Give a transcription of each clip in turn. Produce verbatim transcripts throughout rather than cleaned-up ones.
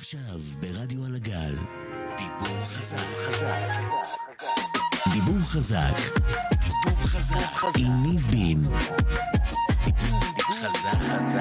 עכשיו ברדיו על הגל, דיבור חזק. דיבור חזק. דיבור חזק. עם ניב בין. דיבור חזק.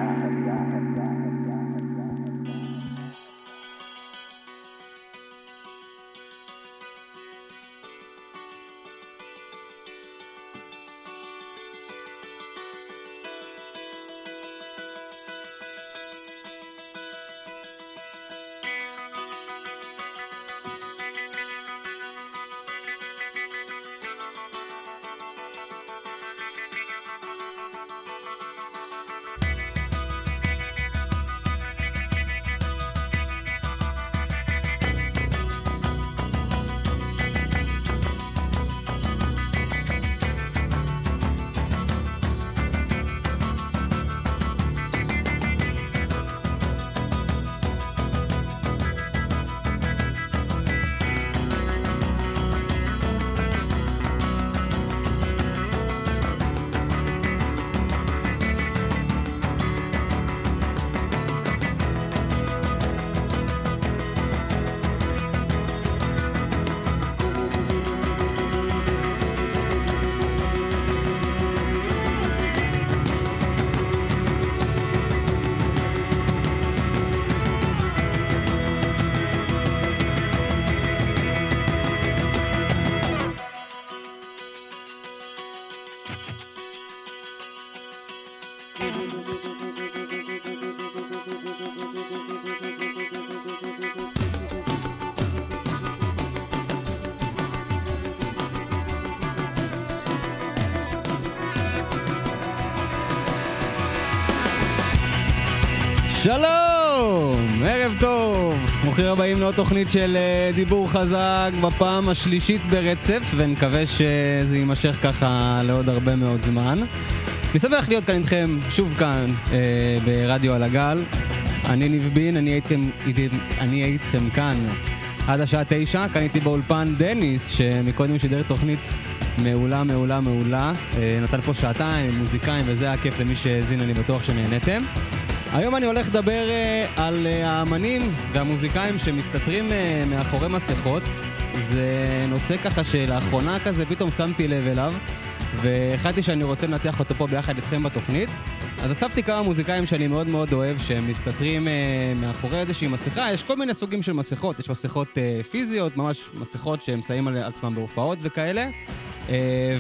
שלום, ערב טוב, ברוכים הבאים לעוד תוכנית של דיבור חזק בפעם השלישית ברצף, ונקווה שזה יימשך ככה לעוד הרבה מאוד זמן. אני שמח להיות כאן איתכם, שוב כאן אה, ברדיו על הגל. אני ניב בין, אני הייתכם, אני הייתכם כאן עד השעה תשע, כאן איתי באולפן דניס, שמקודם שידר תוכנית מעולה, מעולה, מעולה. אה, נתן פה שעתיים, מוזיקאים, וזה היה כיף למי שהזין, אני בטוח שנהנתם. היום אני הולך לדבר uh, על uh, האמנים והמוזיקאים שמסתתרים uh, מאחורי מסכות. זה נושא ככה שלאחרונה כזה פתאום שמתי לב אליו, והחלטתי שאני רוצה לנתח אותו פה ביחד איתכם בתוכנית. אז אספתי כמה מוזיקאים שאני מאוד מאוד אוהב, שהם מסתתרים uh, מאחורי איזושהי מסכה. יש כל מיני סוגים של מסכות, יש מסכות uh, פיזיות, ממש מסכות שהם שמים על עצמם בהופעות וכאלה. Uh,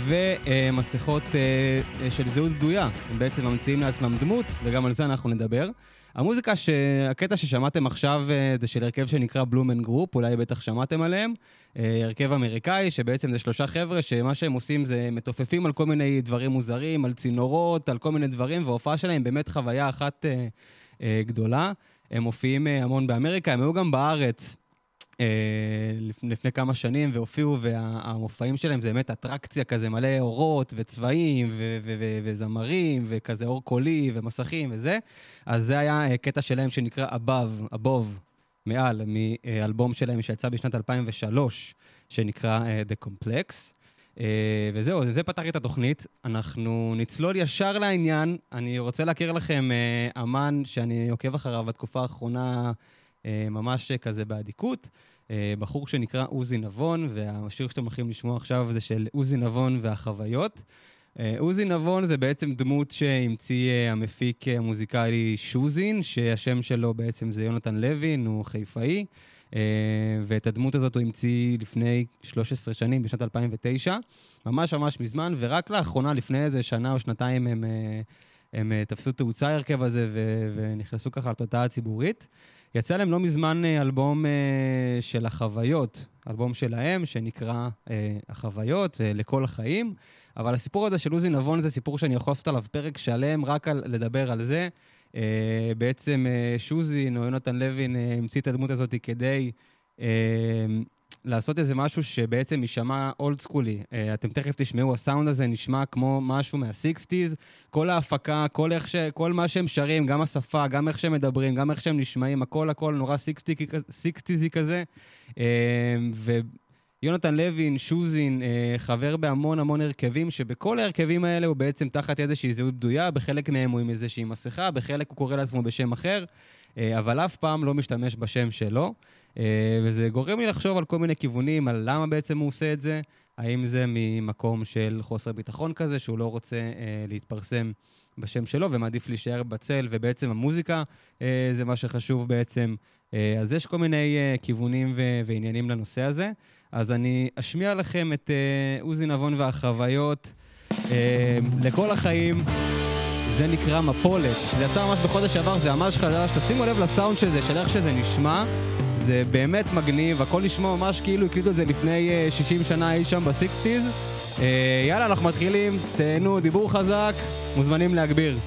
ומסכות uh, uh, של זהות בדויה, הם בעצם ממציאים לעצמם דמות, וגם על זה אנחנו נדבר. המוזיקה, הקטע ששמעתם עכשיו uh, זה של הרכב שנקרא בלומן גרופ, אולי בטח שמעתם עליהם, uh, הרכב אמריקאי שבעצם זה שלושה חבר'ה שמה שהם עושים זה מתופפים על כל מיני דברים מוזרים, על צינורות, על כל מיני דברים, וההופעה שלהם באמת חוויה אחת uh, uh, גדולה. הם מופיעים uh, המון באמריקה, הם היו גם בארץ לפני כמה שנים והופיעו, והמופעים שלהם זה באמת אטרקציה כזה, מלא אורות וצבעים ו- ו- ו- וזמרים וכזה אור קולי ומסכים וזה. אז זה היה קטע שלהם שנקרא Above, Above, מעל, מאלבום שלהם שיצא בשנת אלפיים ושלוש, שנקרא The Complex. וזהו, זה פתח את התוכנית. אנחנו נצלול ישר לעניין. אני רוצה להכיר לכם אמן שאני עוקב אחריו בתקופה האחרונה, ממש כזה בעדיקות, בחור שנקרא עוזי נבון, והשיר שאתם הולכים לשמוע עכשיו זה של עוזי נבון והחוויות. עוזי נבון זה בעצם דמות שהמציא המפיק המוזיקלי שוזין, שהשם שלו בעצם זה יונתן לוין, הוא חיפאי, ואת הדמות הזאת הוא המציא לפני שלוש עשרה שנים, בשנת אלפיים ותשע, ממש ממש מזמן, ורק לאחרונה, לפני איזה שנה או שנתיים, הם, הם תפסו תאוצה הרכב הזה ו- ונכנסו ככה לתודעה הציבורית. יצא להם לא מזמן אלבום uh, של החוויות, אלבום שלהם שנקרא uh, החוויות, uh, לכל החיים, אבל הסיפור הזה של עוזי נבון זה סיפור שאני יכול לעשות עליו פרק שלם, רק על, לדבר על זה. Uh, בעצם uh, שוזין או יונתן לוין uh, המציא את הדמות הזאת כדי uh, לעשות איזה משהו שבעצם יישמע אולד סקולי. Uh, אתם תכף תשמעו, הסאונד הזה נשמע כמו משהו מה-סיקסטיז, כל ההפקה, כל, איך ש... כל מה שהם שרים, גם השפה, גם איך שהם מדברים, גם איך שהם נשמעים, הכל הכל נורא סיקסטיזי כזה. Uh, ויונתן לוין, שוזין, uh, חבר בהמון המון הרכבים, שבכל ההרכבים האלה הוא בעצם תחת איזושהי זהות בדויה, בחלק מהם הוא עם איזושהי מסכה, בחלק הוא קורא לעצמו בשם אחר. אבל אף פעם לא משתמש בשם שלו, וזה גורם לי לחשוב על כל מיני כיוונים, על למה בעצם הוא עושה את זה, האם זה ממקום של חוסר ביטחון כזה, שהוא לא רוצה להתפרסם בשם שלו, ומעדיף להישאר בצל, ובעצם המוזיקה זה מה שחשוב בעצם. אז יש כל מיני כיוונים ועניינים לנושא הזה. אז אני אשמיע לכם את עוזי נבון והחוויות לכל החיים. זה נקרא מפולת. זה יצא ממש בחודש שעבר, זה ממש חדש. תשימו לב לסאונד של זה, של איך שזה נשמע. זה באמת מגניב, הכל נשמע ממש כאילו הקליטו את זה לפני שישים שנה אי שם בסיקסטיז. יאללה, אנחנו מתחילים. תהנו, דיבור חזק, מוזמנים להגביר.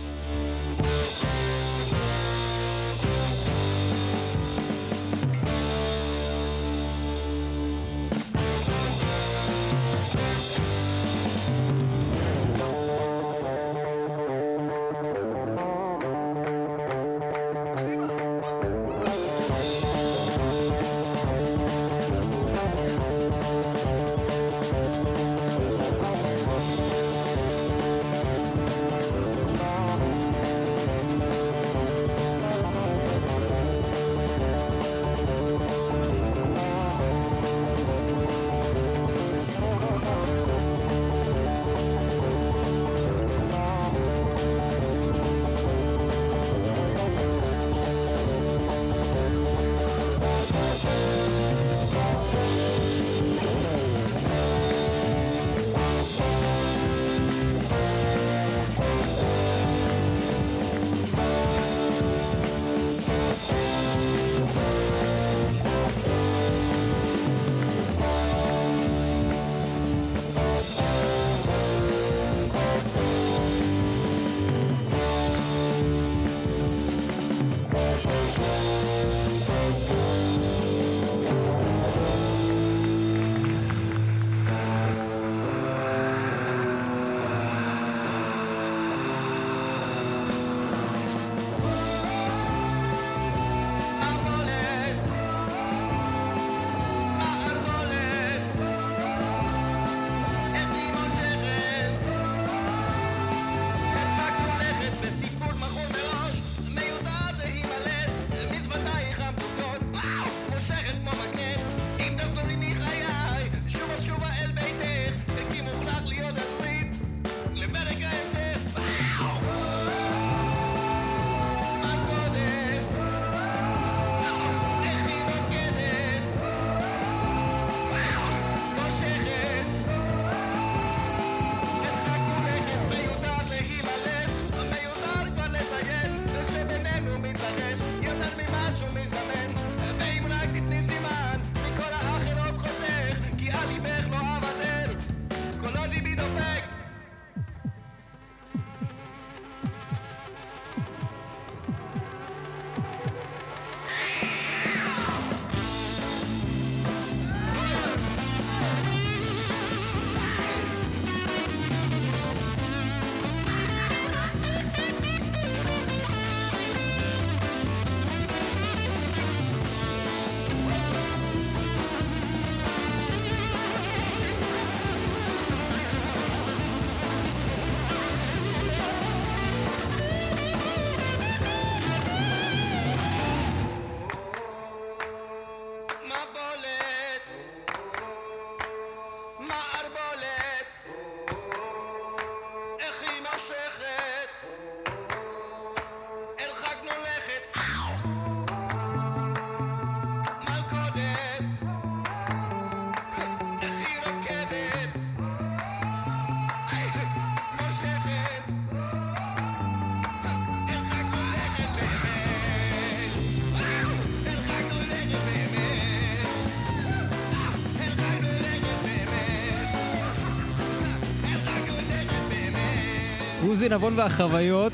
עוזי נבון והחוויות,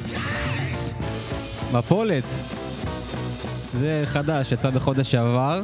מפולת. זה חדש, יצא בחודש שעבר,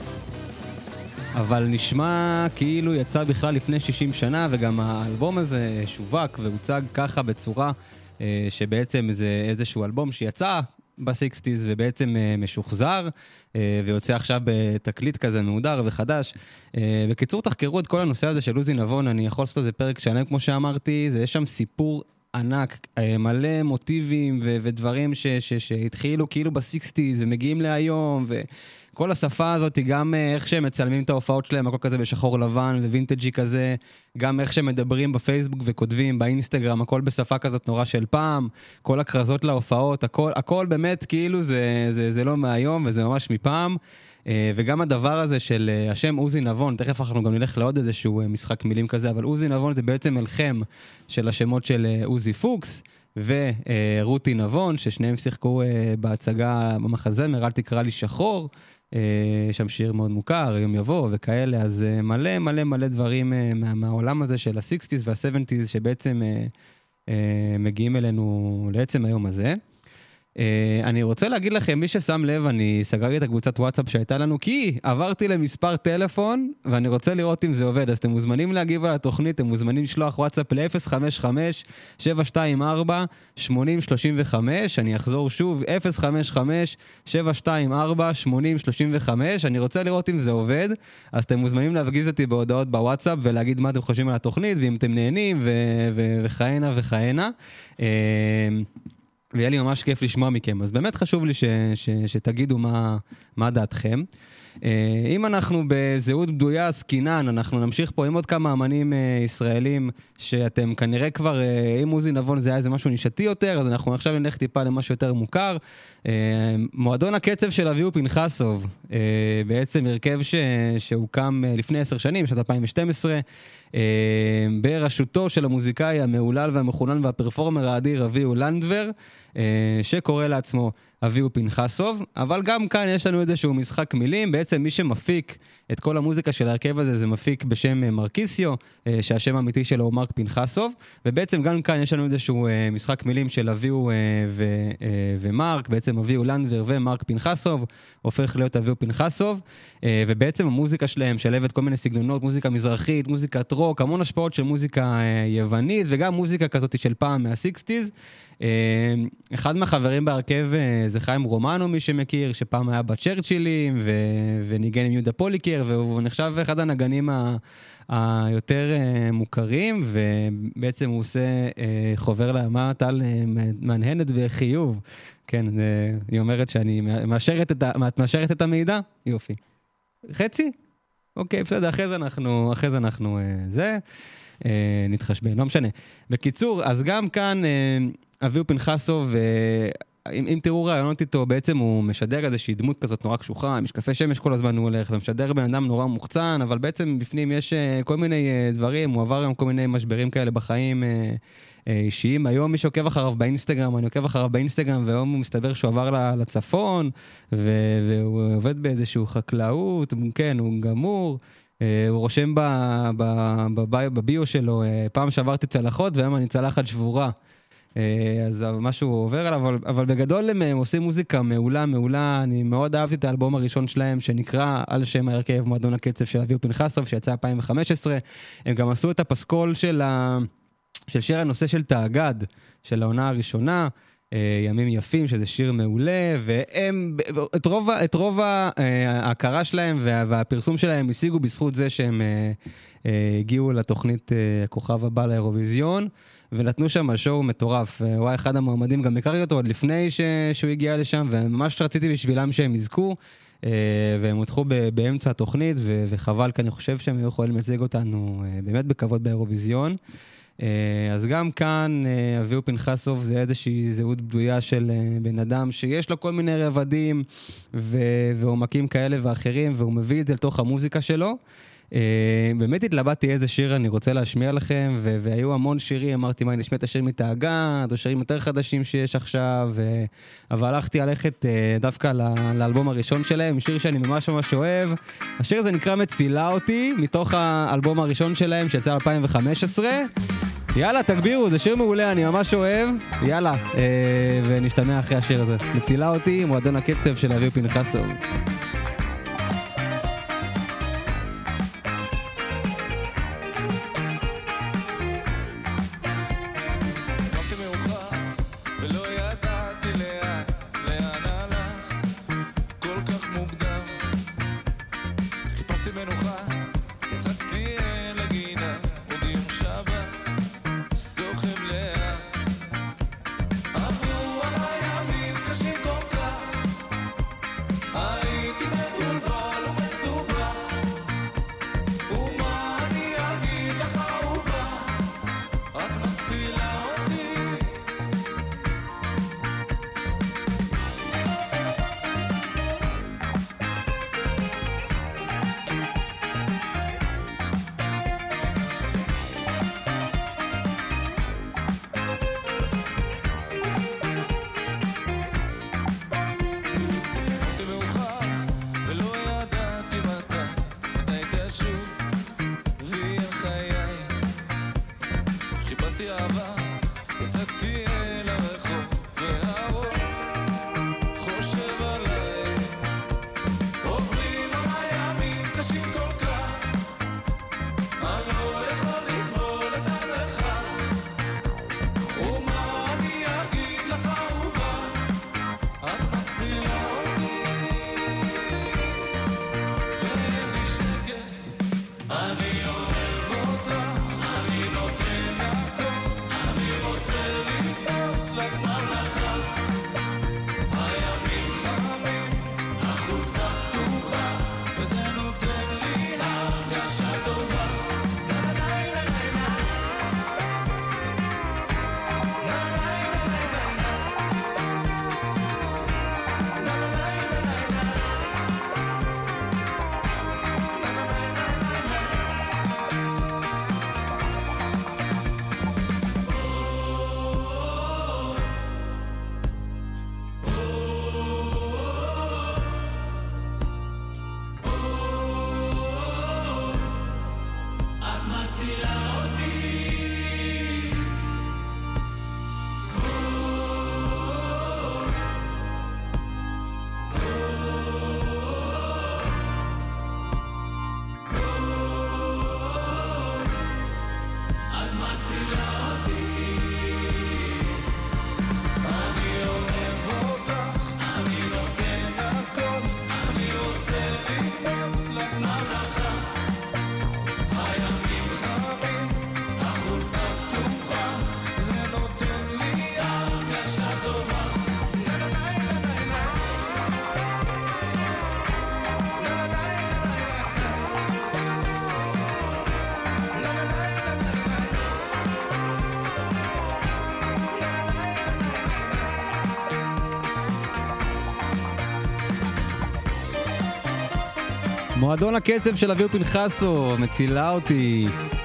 אבל נשמע כאילו יצא בכלל לפני שישים שנה, וגם האלבום הזה שווק והוצג ככה בצורה שבעצם זה איזשהו אלבום שיצא בסיקסטיז ובעצם משוחזר, ויוצא עכשיו בתקליט כזה מהודר וחדש. בקיצור, תחקרו את כל הנושא הזה של עוזי נבון, אני יכול לעשות את זה פרק שלם כמו שאמרתי, זה יש שם סיפור ענק, מלא מוטיבים ו- ודברים ש- ש- שהתחילו כאילו בסיקסטיז ומגיעים להיום, וכל השפה הזאת היא גם איך שהם מצלמים את ההופעות שלהם, הכל כזה בשחור לבן ווינטג'י כזה, גם איך שהם מדברים בפייסבוק וכותבים באינסטגרם, הכל בשפה כזאת נורא של פעם, כל הקרזות להופעות, הכל, הכל באמת כאילו זה, זה, זה לא מהיום וזה ממש מפעם, וגם הדבר הזה של השם עוזי נבון, תכף אנחנו גם נלך לעוד איזשהו משחק מילים כזה, אבל עוזי נבון זה בעצם מלחם של השמות של עוזי פוקס ורותי נבון, ששניהם שיחקו בהצגה במחזמר, אל תקרא לי שחור, שם שיר מאוד מוכר, יום יבוא וכאלה, אז מלא מלא מלא דברים מה, מהעולם הזה של ה-סיקסטיז וה-סבנטיז שבעצם מגיעים אלינו לעצם היום הזה. אני רוצה להגיד לכם, מי ששם לב, אני סגרתי את הקבוצת וואטסאפ שהייתה לנו, כי עברתי למספר טלפון, ואני רוצה לראות אם זה עובד, אז אתם מוזמנים להגיב על התוכנית, אתם מוזמנים לשלוח וואטסאפ ל-אפס חמש חמש שבע שתיים ארבע שמונה אפס שלוש חמש, אני אחזור שוב, אפס חמש חמש שבע שתיים ארבע שמונה אפס שלוש חמש, אני רוצה לראות אם זה עובד, אז אתם מוזמנים להפגיז אותי בהודעות בוואטסאפ, ולהגיד מה אתם חושבים על התוכנית, ואם אתם נהנים, ו- ו- וכהנה וכהנה. ויהיה לי ממש כיף לשמוע מכם, אז באמת חשוב לי ש, ש, שתגידו מה, מה דעתכם. אם אנחנו בזהות בדויה סקינן, אנחנו נמשיך פה עם עוד כמה אמנים ישראלים, שאתם כנראה כבר, אם עוזי נבון זה היה איזה משהו נישתי יותר, אז אנחנו עכשיו נלך טיפה למשהו יותר מוכר. מועדון הקצב של אביהו פנחסוב, בעצם הרכב ש, שהוקם לפני עשר שנים, שנת אלפיים ושתים עשרה, בראשותו של המוזיקאי המעולל והמחונן והפרפורמר האדיר אביהו לנדבר, שקורא לעצמו אביהו פנחסוב, אבל גם כאן יש לנו איזשהו משחק מילים, בעצם מי שמפיק את כל המוזיקה של ההרכב הזה זה מפיק בשם מרקיסיו, שהשם האמיתי שלו הוא מרק פנחסוב, ובעצם גם כאן יש לנו איזשהו משחק מילים של אביהו ו- ומרק, בעצם אביהו לנדבר ומרק פנחסוב, הופך להיות אביהו פנחסוב, ובעצם המוזיקה שלהם שלבת כל מיני סגנונות, מוזיקה מזרחית, מוזיקת רוק, המון השפעות של מוזיקה יוונית, וגם מוזיקה כזאת של פעם מה-סיקסטיז, אחד מהחברים בהרכב זה חיים רומנו, מי שמכיר, שפעם היה בצ'רצ'ילים ו... וניגן עם יהודה פוליקר, והוא נחשב אחד הנגנים ה... היותר מוכרים, ובעצם הוא עושה חובר למה טל מנהנת וחיוב. כן, היא אומרת שאני מאשרת את, ה... מאשרת את המידע? יופי. חצי? אוקיי, בסדר, אחרי זה אנחנו, אחרי זה אנחנו זה, נתחשבן, לא משנה. בקיצור, אז גם כאן אביהו פנחסוב, אם, אם תראו רעיונות איתו, בעצם הוא משדר איזושהי דמות כזאת נורא קשוחה, משקפי שמש כל הזמן הוא הולך, ומשדר בן אדם נורא מוחצן, אבל בעצם בפנים יש כל מיני דברים, הוא עבר גם כל מיני משברים כאלה בחיים אישיים. היום מי שעוקב אחריו באינסטגרם, אני עוקב אחריו באינסטגרם, והיום הוא מסתבר שהוא עבר לצפון, והוא עובד באיזשהו חקלאות, כן, הוא גמור, הוא רושם בביו שלו, פעם שברתי צלחות, והיום אני צלחת שבורה. אז משהו עובר עליו, אבל, אבל בגדול הם עושים מוזיקה מעולה, מעולה. אני מאוד אהבתי את האלבום הראשון שלהם, שנקרא על שם ההרכב מועדון הקצב של אביהו פנחסוב, שיצא אלפיים וחמש עשרה. הם גם עשו את הפסקול של, ה... של שיר הנושא של תאגד, של העונה הראשונה, ימים יפים, שזה שיר מעולה, והם, את רוב, את רוב ההכרה שלהם וה, והפרסום שלהם השיגו בזכות זה שהם הגיעו לתוכנית הכוכב הבא לאירוויזיון, ונתנו שם שואו מטורף. הוא היה אחד המועמדים, גם הכרתי אותו עוד לפני ש... שהוא הגיע לשם, וממש רציתי בשבילם שהם יזכו, והם הותחו ב... באמצע התוכנית, ו... וחבל, כי אני חושב שהם היו יכולים לייצג אותנו באמת בכבוד באירוויזיון. אז גם כאן אביהו פנחסוב זה איזושהי זהות בדויה של בן אדם שיש לו כל מיני רבדים ו... ועומקים כאלה ואחרים, והוא מביא את זה לתוך המוזיקה שלו. באמת התלבטתי איזה שיר אני רוצה להשמיע לכם, והיו המון שירים, אמרתי מה, נשמיע את השיר מתאגד, או שירים יותר חדשים שיש עכשיו, אבל הלכתי ללכת דווקא לאלבום הראשון שלהם, שיר שאני ממש ממש אוהב. השיר הזה נקרא מצילה אותי, מתוך האלבום הראשון שלהם שיצא אלפיים וחמש עשרה. יאללה, תגבירו, זה שיר מעולה, אני ממש אוהב. יאללה, ונשתמע אחרי השיר הזה. מצילה אותי, מועדון הקצב של אביהו פנחסוב. יצאתי אל הגינה, עוד יום שבת, סוחב לאט, מועדון הקצב של אביר פנחסו, מצילה אותי.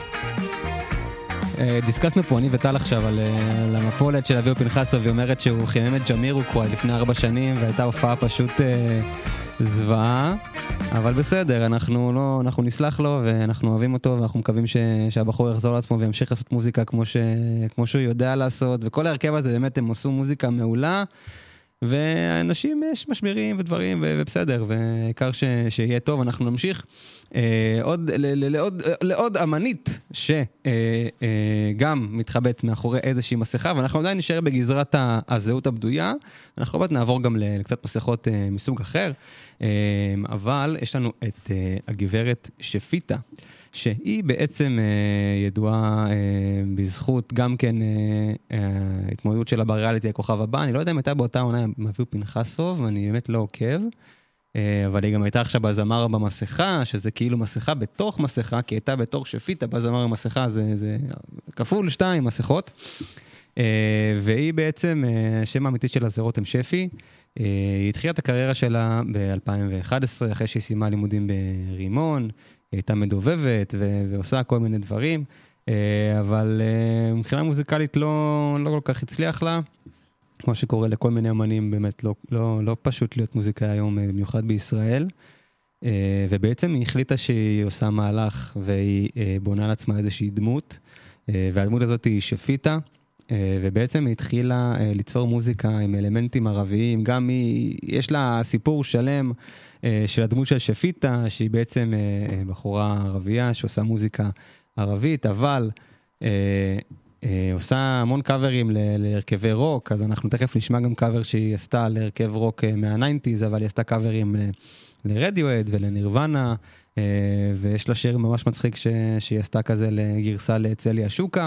דיסקסנו פה אני וטל עכשיו על, על המפולת של אביר פנחסו, והיא אומרת שהוא חימם את ג'מירוקוואי לפני ארבע שנים, והייתה הופעה פשוט אה, זוועה, אבל בסדר, אנחנו, לא, אנחנו נסלח לו ואנחנו אוהבים אותו, ואנחנו מקווים ש, שהבחור יחזור לעצמו וימשיך לעשות מוזיקה כמו, ש, כמו שהוא יודע לעשות, וכל ההרכב הזה באמת הם עשו מוזיקה מעולה, ואנשים יש משברים ודברים ובסדר, ועיקר ש, שיהיה טוב. אנחנו נמשיך אה, עוד, ל, ל, לעוד, לעוד אמנית שגם אה, אה, מתחבאת מאחורי איזושהי מסכה, ואנחנו עדיין נשאר בגזרת הזהות הבדויה, אנחנו עוד נעבור גם לקצת מסכות אה, מסוג אחר, אה, אבל יש לנו את אה, הגברת שפיטה, שהיא בעצם אה, ידועה אה, בזכות גם כן אה, אה, התמודדות שלה בריאליטי הכוכב הבא. אני לא יודע אם הייתה באותה עונה עם אביר פנחסוב, אני באמת לא עוקב, אה, אבל היא גם הייתה עכשיו בזמר במסכה, שזה כאילו מסכה בתוך מסכה, כי הייתה בתור שפיטה בזמר במסכה, זה, זה כפול שתיים מסכות, אה, והיא בעצם, אה, שם האמיתי של הזרות הם שפי, אה, היא התחילה את הקריירה שלה ב-אלפיים ואחת עשרה, אחרי שהיא סיימה לימודים ברימון, היא הייתה מדובבת ו- ועושה כל מיני דברים, אבל מבחינה מוזיקלית לא, לא כל כך הצליח לה, כמו שקורה לכל מיני אמנים, באמת לא, לא, לא פשוט להיות מוזיקה היום, במיוחד בישראל, ובעצם היא החליטה שהיא עושה מהלך, והיא בונה לעצמה איזושהי דמות, והדמות הזאת היא שפיטה, ובעצם היא התחילה ליצור מוזיקה עם אלמנטים ערביים, גם היא, יש לה סיפור שלם של הדמות של שפיטה, שהיא בעצם בחורה ערבייה שעושה מוזיקה ערבית, אבל עושה המון קאברים להרכבי רוק, אז אנחנו תכף נשמע גם קאבר שהיא עשתה להרכב רוק מה-תשעים, אבל היא עשתה קאברים לרדיואד ולנירוונה, ויש לה שיר ממש מצחיק שהיא עשתה כזה לגרסה לצלי השוקה,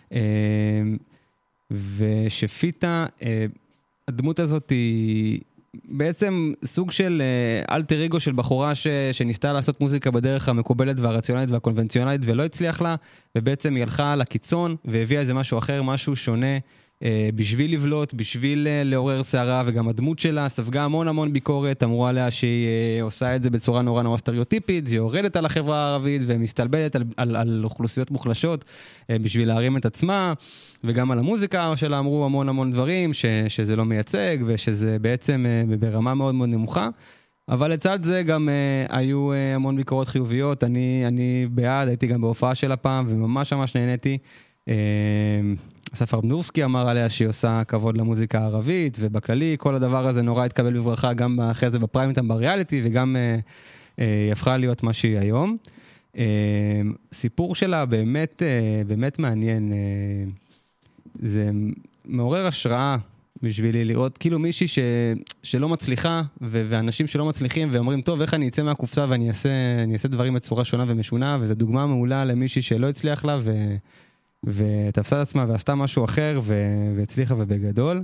ושפיטה, הדמות הזאת היא בעצם סוג של אלטר אגו של בחורה ש, שניסתה לעשות מוזיקה בדרך המקובלת והרציונלית והקונבנציונלית ולא הצליח לה, ובעצם היא הלכה לקיצון והביאה איזה משהו אחר, משהו שונה, בשביל לבלוט, בשביל לעורר שערה, וגם הדמות שלה ספגה המון המון ביקורת, אמרו עליה שהיא עושה את זה בצורה נורא נורא סטריאוטיפית, היא יורדת על החברה הערבית ומסתלבלת על, על, על אוכלוסיות מוחלשות בשביל להרים את עצמה, וגם על המוזיקה שלה אמרו המון המון דברים, ש, שזה לא מייצג ושזה בעצם ברמה מאוד מאוד נמוכה, אבל לצד זה גם uh, היו uh, המון ביקורות חיוביות, אני, אני בעד, הייתי גם בהופעה של הפעם וממש ממש נהניתי, uh, אסף ארבנובסקי אמר עליה שהיא עושה כבוד למוזיקה הערבית, ובכללי כל הדבר הזה נורא התקבל בברכה, גם אחרי זה בפריימטם בריאליטי, וגם אה, אה, היא הפכה להיות מה שהיא היום. אה, סיפור שלה באמת, אה, באמת מעניין, אה, זה מעורר השראה בשבילי לראות כאילו מישהי ש, שלא מצליחה, ו- ואנשים שלא מצליחים ואומרים, טוב, איך אני אצא מהקופסה ואני אעשה, אני אעשה דברים בצורה שונה ומשונה, וזו דוגמה מעולה למישהי שלא הצליח לה, ו... ותפסה את עצמה ועשתה משהו אחר והצליחה ובגדול.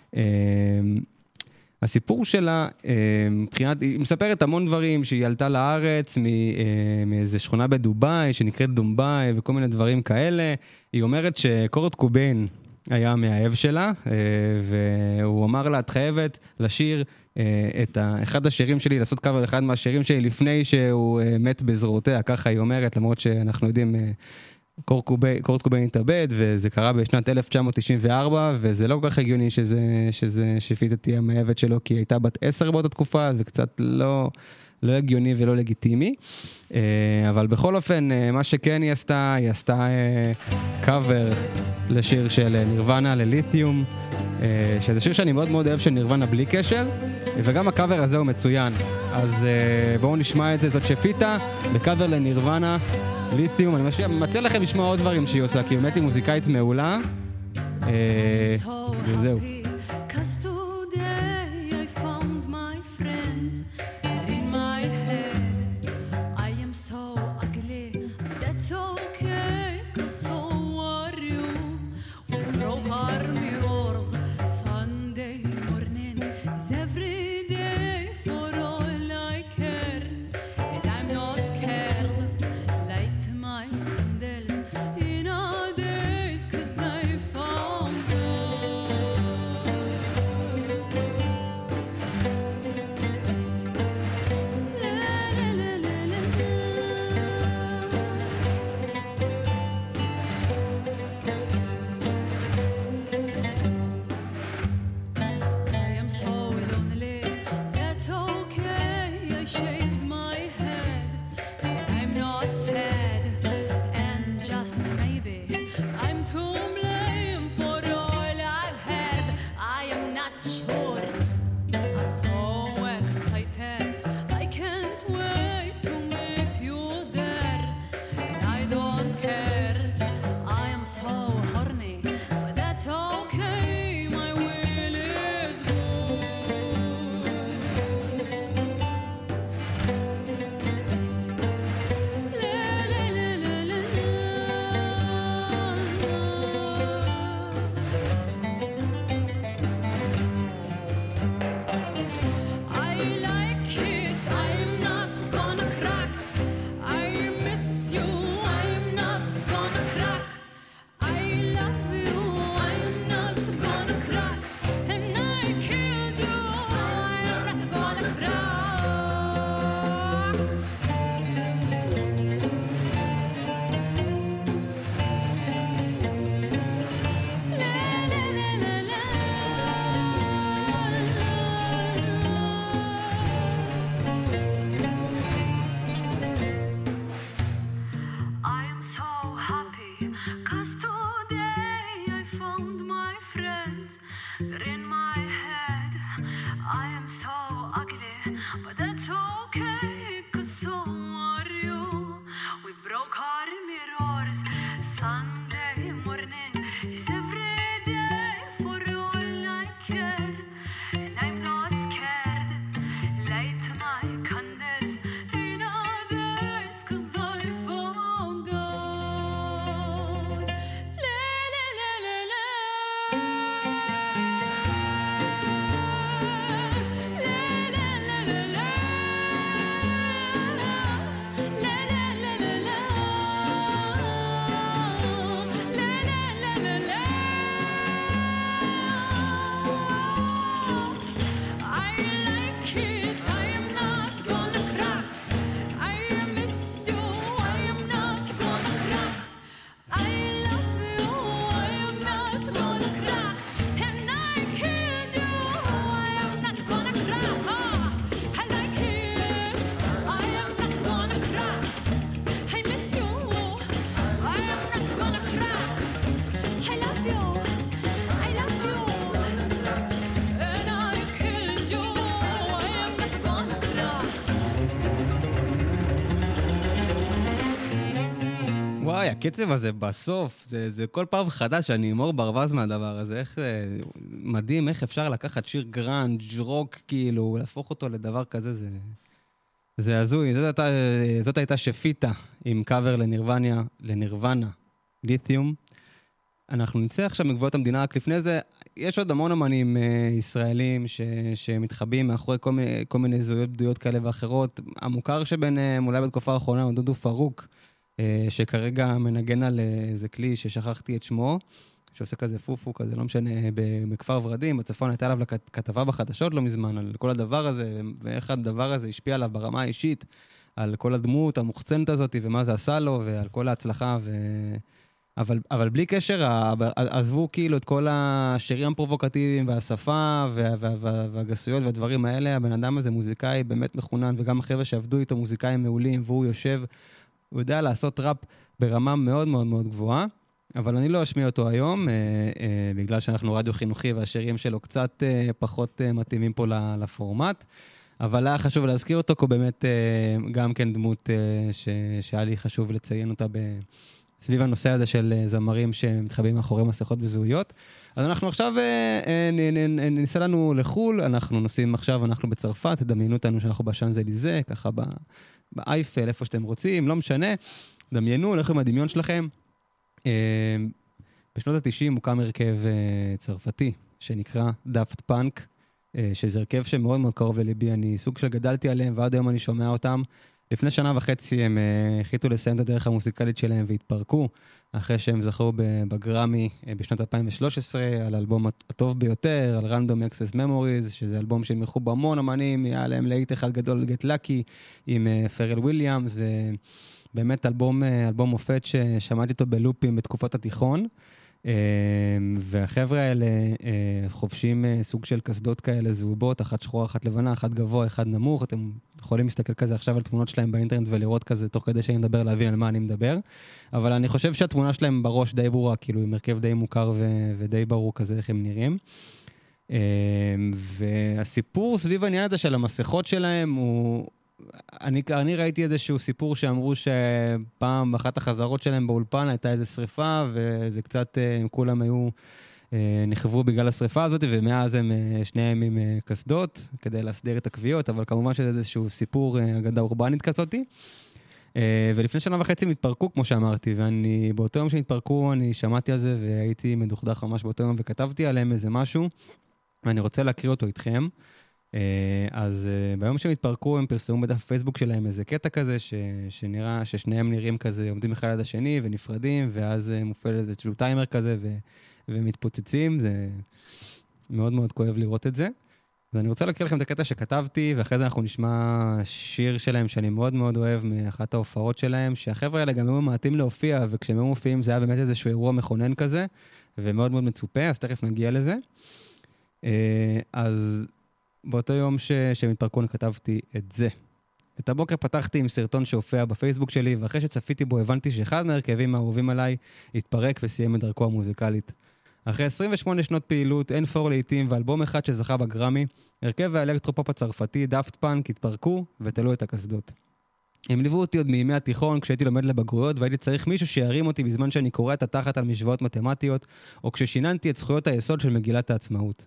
הסיפור שלה, מבחינת, היא מספרת המון דברים, שהיא עלתה לארץ מאיזו שכונה בדובאי שנקראת דומבאי וכל מיני דברים כאלה. היא אומרת שקורט קוביין היה המאהב שלה, והוא אמר לה, את חייבת לשיר את אחד השירים שלי, לעשות קאבר אחד מהשירים שלי לפני שהוא מת בזרועותיה, ככה היא אומרת, למרות שאנחנו יודעים קורט קוביין התאבד, וזה קרה בשנת אלף תשע מאות תשעים וארבע, וזה לא כל כך הגיוני שזה, שזה שפיטה תהיה המאהבת שלו, כי היא הייתה בת עשר באותה תקופה, זה קצת לא, לא הגיוני ולא לגיטימי. אבל בכל אופן, מה שכן היא עשתה, היא עשתה קאבר לשיר של נירוונה, לליתיום, שזה שיר שאני מאוד מאוד אוהב של נירוונה בלי קשר, וגם הקאבר הזה הוא מצוין. אז בואו נשמע את זה, זאת שפיטה, בקאבר לנירוונה, ליתיום. אני מציע לכם לשמוע עוד דברים שהיא עושה, כי באמת היא מוזיקאית מעולה, וזהו. but that's okay, 'cause so are you. We broke our mirrors. Sunday morning is every day for all I care, and I'm not scared. Light my candles in others, 'cause I found God. La la la la la. La la la la la. La la la la la. La la la la la. I like it, I am not gonna crack. I miss you, I am not gonna crack. I love you, I am not gonna crack. And I killed you, I am not gonna crack. Ah, I like it, I am not gonna crack. I miss you, I am not gonna crack. I love you, I love you. And I killed you, I am not gonna crack. וואי, הקצב הזה בסוף, זה, זה כל פעם חדש, אני אמור ברווז מהדבר הזה, איך זה מדהים, איך אפשר לקחת שיר גרנג' רוק, כאילו, להפוך אותו לדבר כזה, זה, זה הזוי. זאת הייתה, זאת הייתה שפיטה עם קאבר לנירוונה, לנירוונה, ליתיום. אנחנו נצא עכשיו מגבולות המדינה, רק לפני זה, יש עוד המון אמנים אה, ישראלים ש, שמתחבאים מאחורי כל מיני, כל מיני זהויות בדויות כאלה ואחרות. המוכר שביניהם, אולי בתקופה האחרונה, הוא דודו פרוק, אה, שכרגע מנגן על איזה כלי ששכחתי את שמו, שעושה כזה פופו כזה, לא משנה, בכפר ורדים, בצפון הייתה עליו כתבה בחדשות לא מזמן, על כל הדבר הזה, ואיך הדבר הזה השפיע עליו ברמה האישית, על כל הדמות המוחצנת הזאת, ומה זה עשה לו, ועל כל ההצלחה, ו... אבל, אבל בלי קשר, עזבו כאילו את כל השירים הפרובוקטיביים, והשפה, וה, וה, וה, והגסויות והדברים האלה, הבן אדם הזה מוזיקאי באמת מחונן, וגם החבר'ה שעבדו איתו מוזיקאים מעולים, והוא יושב, הוא יודע לעשות ראפ ברמה מאוד מאוד מאוד גבוהה, אבל אני לא אשמיע אותו היום, אה, אה, בגלל שאנחנו רדיו חינוכי, והשירים שלו קצת אה, פחות אה, מתאימים פה לפורמט, אבל היה חשוב להזכיר אותו, כי הוא באמת אה, גם כן דמות אה, ש, שהיה לי חשוב לציין אותה ב... סביב הנושא הזה של זמרים שמתחבאים מאחורי מסכות וזהויות. אז אנחנו עכשיו ניסה לנו לחול, אנחנו נוסעים עכשיו, אנחנו בצרפת, תדמיינו אותנו שאנחנו בשאנזליזה, ככה באייפל, איפה שאתם רוצים, לא משנה, דמיינו, לכו עם הדמיון שלכם. בשנות ה-תשעים הוקם הרכב צרפתי, שנקרא דאפט פאנק, שזה הרכב שמאוד מאוד קרוב לליבי, אני סוג של גדלתי עליהם, ועד היום אני שומע אותם. לפני שנה וחצי הם החליטו לסיים את הדרך המוזיקלית שלהם והתפרקו, אחרי שהם זכו בגרמי בשנת אלפיים ושלוש עשרה, על האלבום הטוב ביותר, על Random Access Memories, שזה אלבום שנמכו בהמון אמנים, היה להם להיט אחד גדול, Get Lucky, עם פרל וויליאמס, ובאמת אלבום, אלבום מופת ששמעתי אותו בלופים בתקופת התיכון, והחבר'ה האלה חובשים סוג של קסדות כאלה זהובות, אחת שחורה, אחת לבנה, אחת גבוה, אחת נמוך. אתם יכולים להסתכל כזה עכשיו על תמונות שלהם באינטרנט ולראות כזה תוך כדי שאני מדבר, להבין על מה אני מדבר. אבל אני חושב שהתמונה שלהם בראש די ברורה, כאילו עם הרכב די מוכר ו- ודי ברור כזה איך הם נראים. והסיפור סביב העניין הזה של המסכות שלהם הוא... אני, אני ראיתי איזשהו סיפור שאמרו שפעם באחת החזרות שלהם באולפן הייתה איזו שריפה, וזה קצת, הם כולם היו, נחברו בגלל השריפה הזאת, ומאז הם שניהם עם קסדות, כדי להסדיר את הקביעות, אבל כמובן שזה איזשהו סיפור אגדה אורבנית כזאתי. ולפני שנה וחצי הם התפרקו, כמו שאמרתי, ואני, באותו יום שהתפרקו, אני שמעתי על זה, והייתי מדוכדך ממש באותו יום, וכתבתי עליהם איזה משהו, ואני רוצה להקריא אותו איתכם. אז ביום שהם התפרקו, הם פרסמו בדף הפייסבוק שלהם איזה קטע כזה, ש, שנראה, ששניהם נראים כזה, עומדים אחד עד השני ונפרדים, ואז מופעל איזשהו טיימר כזה, ו, ומתפוצצים. זה מאוד מאוד כואב לראות את זה. אז אני רוצה להקריא לכם את הקטע שכתבתי, ואחרי זה אנחנו נשמע שיר שלהם שאני מאוד מאוד אוהב מאחת ההופעות שלהם, שהחבר'ה האלה גם היו מעטים להופיע, וכשהם היו מופיעים זה היה באמת איזשהו אירוע מכונן כזה, ומאוד מאוד מצופה, אז תכף נגיע לזה. אז באותו יום ש... שהם התפרקו, אני כתבתי את זה. את הבוקר פתחתי עם סרטון שהופיע בפייסבוק שלי, ואחרי שצפיתי בו הבנתי שאחד מהרכבים האהובים עליי התפרק וסיים את דרכו המוזיקלית. אחרי עשרים ושמונה שנות פעילות, אין פור לעיתים ואלבום אחד שזכה בגרמי, הרכב האלקטרופופ הצרפתי, דאפט פאנק, התפרקו ותלו את הקסדות. הם ליוו אותי עוד מימי התיכון כשהייתי לומד לבגרויות והייתי צריך מישהו שירים אותי בזמן שאני קורא את התחת על משוואות מתמטיות או כששיננתי את זכויות היסוד של מגילת העצמאות.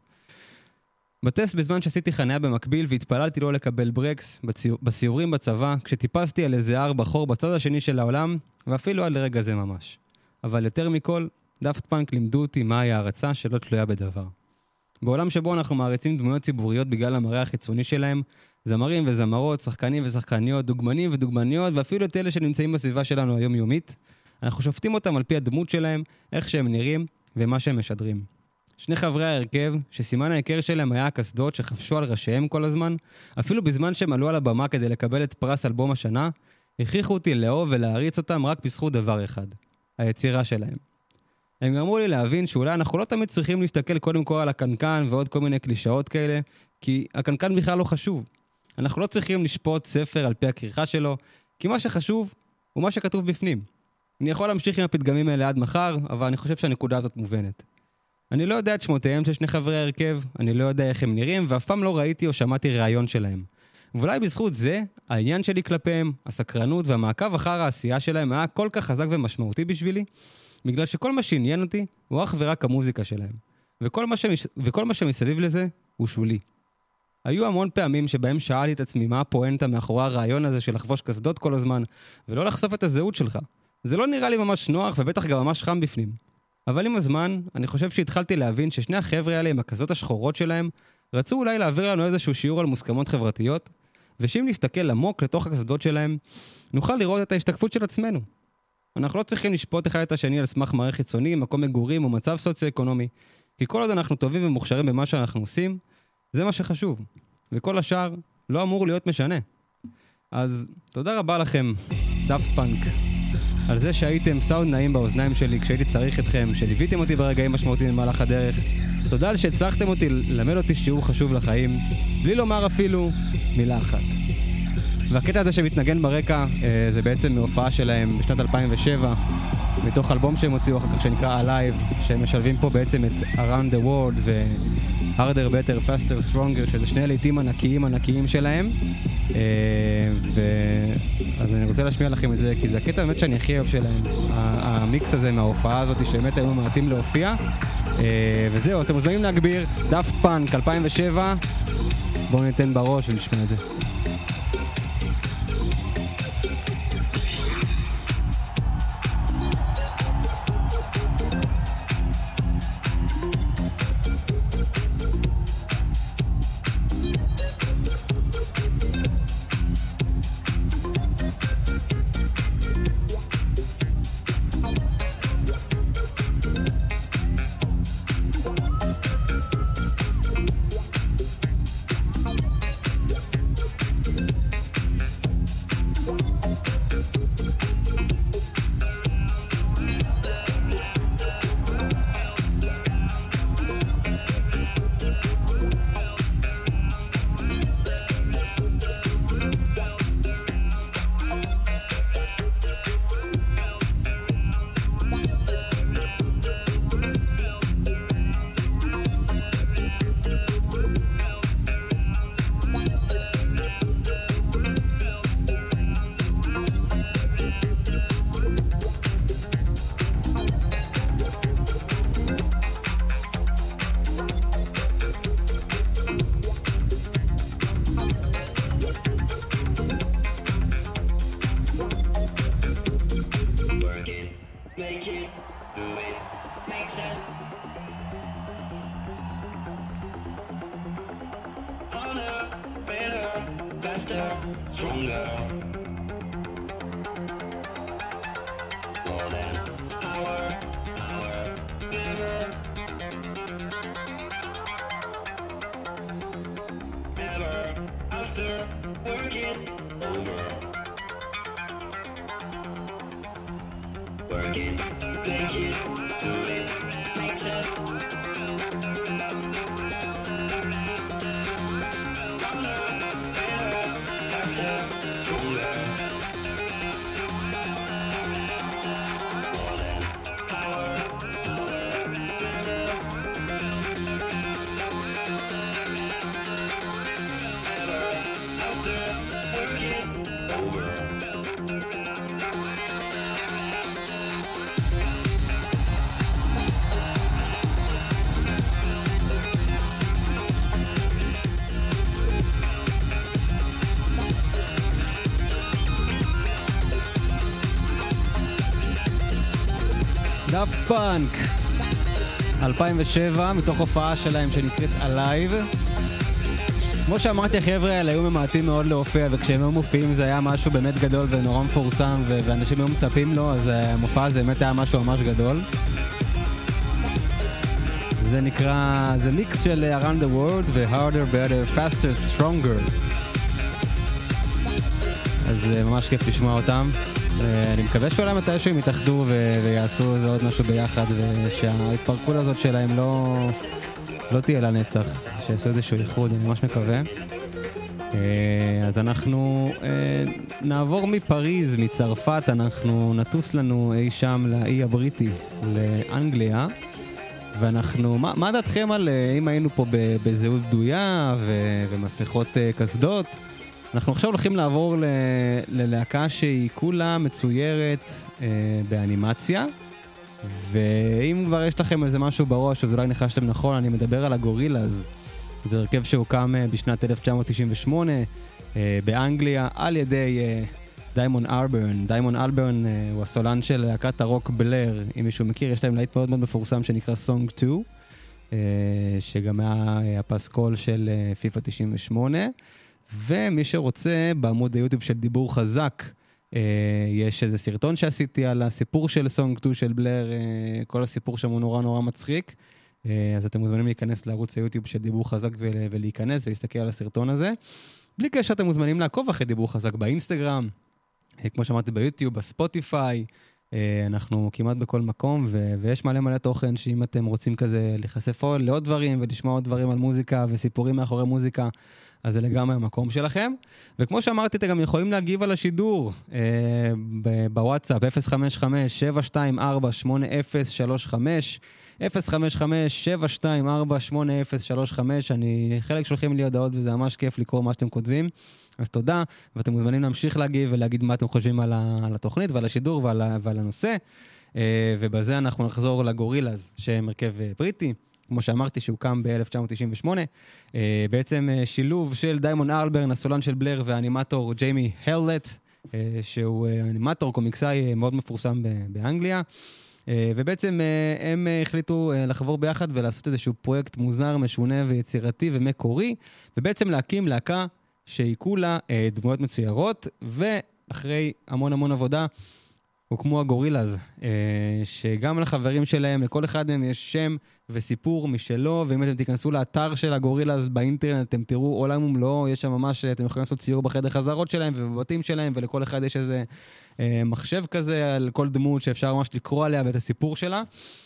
בטסט בזמן שעשיתי חניה במקביל והתפללתי לא לקבל ברקס בציור, בסיורים בצבא כשטיפסתי על איזה הר בחור בצד השני של העולם ואפילו עד לרגע זה ממש. אבל יותר מכל, דאפט פאנק לימדו אותי מהי הערצה שלא תלויה בדבר. בעולם שבו אנחנו מעריצים דמויות ציבוריות בגלל המראה החיצוני שלהם, זמרים וזמרות, שחקנים ושחקניות, דוגמנים ודוגמניות, ואפילו את אלה שנמצאים בסביבה שלנו היומיומית, אנחנו שופטים אותם על פי הדמות שלהם, איך שהם נראים ומה שהם משדרים. שני חברי ההרכב, שסימן ההיכר שלהם היה הקסדות שחפשו על ראשיהם כל הזמן, אפילו בזמן שהם עלו על הבמה כדי לקבל את פרס אלבום השנה, הכריחו אותי לאהוב ולהריץ אותם רק בזכות דבר אחד, היצירה שלהם. הם גרמו לי להבין שאולי אנחנו לא תמיד צריכים להסתכל קודם כל על הקנקן ועוד כל מיני קלישאות כאלה, כי הקנקן בכלל לא חשוב. אנחנו לא צריכים לשפוט ספר על פי הכריכה שלו, כי מה שחשוב הוא מה שכתוב בפנים. אני יכול להמשיך עם הפתגמים האלה עד מחר, אבל אני חושב שהנקודה הזאת מובנת. אני לא יודע את שמותיהם של שני חברי הרכב, אני לא יודע איך הם נראים, ואף פעם לא ראיתי או שמעתי ראיון שלהם. ואולי בזכות זה, העניין שלי כלפיהם, הסקרנות והמעקב אחר העשייה שלהם היה כל כך חזק ומשמעותי בשבילי, בגלל שכל מה שעניין אותי הוא אך ורק המוזיקה שלהם. וכל מה, שמש... וכל מה שמסביב לזה הוא שולי. היו המון פעמים שבהם שאלתי את עצמי מה הפואנטה מאחורי הרעיון הזה של לחבוש קסדות כל הזמן, ולא לחשוף את הזהות שלך. זה לא נראה לי ממש נוח ובטח גם ממש חם בפנים. אבל עם הזמן, אני חושב שהתחלתי להבין ששני החבר'ה האלה עם הקסדות השחורות שלהם, רצו אולי להעביר לנו איזשהו שיעור על מוסכמות חברתיות, ושאם נסתכל עמוק לתוך הקסדות שלהם, נוכל לראות את ההשתקפות של עצמנו. אנחנו לא צריכים לשפוט אחד את השני על סמך מראה חיצוני, מקום מגורים או מצב סוציו-אקונומי, כי כל עוד אנחנו טובים ומוכשרים במה שאנחנו עושים, זה מה שחשוב. וכל השאר לא אמור להיות משנה. אז תודה רבה לכם, דאפט פאנק, על זה שהייתם סאונד נעים באוזניים שלי כשהייתי צריך אתכם, שליוויתם אותי ברגעים משמעותיים במהלך הדרך. תודה על שהצלחתם אותי ללמד אותי שיעור חשוב לחיים, בלי לומר אפילו מילה אחת. והקטע הזה שמתנגן ברקע, זה בעצם מהופעה שלהם בשנת אלפיים ושבע, מתוך אלבום שהם הוציאו אחר כך שנקרא Alive, שהם משלבים פה בעצם את Around the World ו-Harder, Better, Faster, Stronger, שזה שני לעיתים ענקיים ענקיים שלהם. ו... אז אני רוצה להשמיע לכם את זה, כי זה הקטע באמת שאני הכי אוהב שלהם. המיקס הזה מההופעה הזאת שבאמת היו מעטים להופיע. וזהו, אתם מוזמנים להגביר, דאפט פאנק אלפיים ושבע, בואו ניתן בראש ונשמע את זה. דאפט פאנק, אלפיים ושבע, מתוך הופעה שלהם שנקראת Alive. כמו שאמרתי, החבר'ה האלה היו ממעטים מאוד להופיע, וכשהם היו מופיעים זה היה משהו באמת גדול ונורא מפורסם, ו- ואנשים היו מצפים לו, אז המופע הזה באמת היה משהו ממש גדול. זה נקרא, זה מיקס של Around the World ו-Harder, Better, Faster, Stronger. אז זה ממש כיף לשמוע אותם. אני מקווה שאולי מתישהו הם יתאחדו ו- ויעשו איזה עוד משהו ביחד, ושההתפרקות הזאת שלהם לא, לא תהיה לנצח, שיעשו איזשהו איחוד, אני ממש מקווה. אז אנחנו נעבור מפריז, מצרפת, אנחנו נטוס לנו אי שם לאי הבריטי, לאנגליה, ואנחנו, מה, מה דעתכם על אם היינו פה בזהות בדויה ו- ומסכות קסדות? אנחנו עכשיו הולכים לעבור ל- ללהקה שהיא כולה מצוירת אה, באנימציה, ואם כבר יש לכם איזה משהו בראש, אז אולי נחשתם נכון, אני מדבר על הגורילאז. זה הרכב שהוקם אה, בשנת אלף תשע מאות תשעים ושמונה אה, באנגליה על ידי אה, דיימון אלברן. דיימון אלברן אה, הוא הסולן של להקת הרוק בלר, אם מישהו מכיר, יש להם להיט מאוד מאוד מפורסם שנקרא Song two, אה, שגם היה אה, הפסקול של אה, פיפה תשעים ושמונה. ומי שרוצה, בעמוד היוטיוב של דיבור חזק, אה, יש איזה סרטון שעשיתי על הסיפור של סונג טו של בלר, אה, כל הסיפור שם הוא נורא נורא מצחיק, אה, אז אתם מוזמנים להיכנס לערוץ היוטיוב של דיבור חזק ול, ולהיכנס ולהסתכל על הסרטון הזה. בלי קשר אתם מוזמנים לעקוב אחרי דיבור חזק באינסטגרם, אה, כמו שאמרתי ביוטיוב, בספוטיפיי, אה, אנחנו כמעט בכל מקום, ו- ויש מלא מלא תוכן שאם אתם רוצים כזה להיחשף לעוד דברים ולשמוע עוד דברים על מוזיקה וסיפורים מאחורי מוזיקה, אז זה לגמרי המקום שלכם. וכמו שאמרתי, אתם גם יכולים להגיב על השידור אה, בוואטסאפ, אפס חמש חמש שבע שתיים ארבע שמונה אפס שלוש חמש, אפס חמש חמש שבע שתיים ארבע שמונה אפס שלוש חמש. אני, חלק שולחים לי הודעות וזה ממש כיף לקרוא מה שאתם כותבים. אז תודה, ואתם מוזמנים להמשיך להגיב ולהגיד מה אתם חושבים על, ה, על התוכנית ועל השידור ועל, ה, ועל הנושא. אה, ובזה אנחנו נחזור לגורילאז, שהם הרכב בריטי. כמו שאמרתי, שהוקם ב-אלף תשע מאות תשעים ושמונה, uh, בעצם uh, שילוב של דיימון אלברן, הסולן של בלר, והאנימטור ג'יימי הרלט, uh, שהוא uh, אנימטור, קומיקסאי uh, מאוד מפורסם ב- באנגליה, uh, ובעצם uh, הם uh, החליטו uh, לחבור ביחד ולעשות איזשהו פרויקט מוזר, משונה ויצירתי ומקורי, ובעצם להקים להקה שהיא כולה uh, דמויות מצוירות, ואחרי המון המון עבודה, הוקמו הגורילאז, שגם לחברים שלהם, לכל אחד מהם יש שם וסיפור משלו, ואם אתם תיכנסו לאתר של הגורילאז באינטרנט, אתם תראו עולם ומלואו, יש שם ממש, אתם יכולים לעשות ציור בחדר חזרות שלהם ובבתים שלהם, ולכל אחד יש איזה מחשב כזה על כל דמות שאפשר ממש לקרוא עליה ואת הסיפור שלה.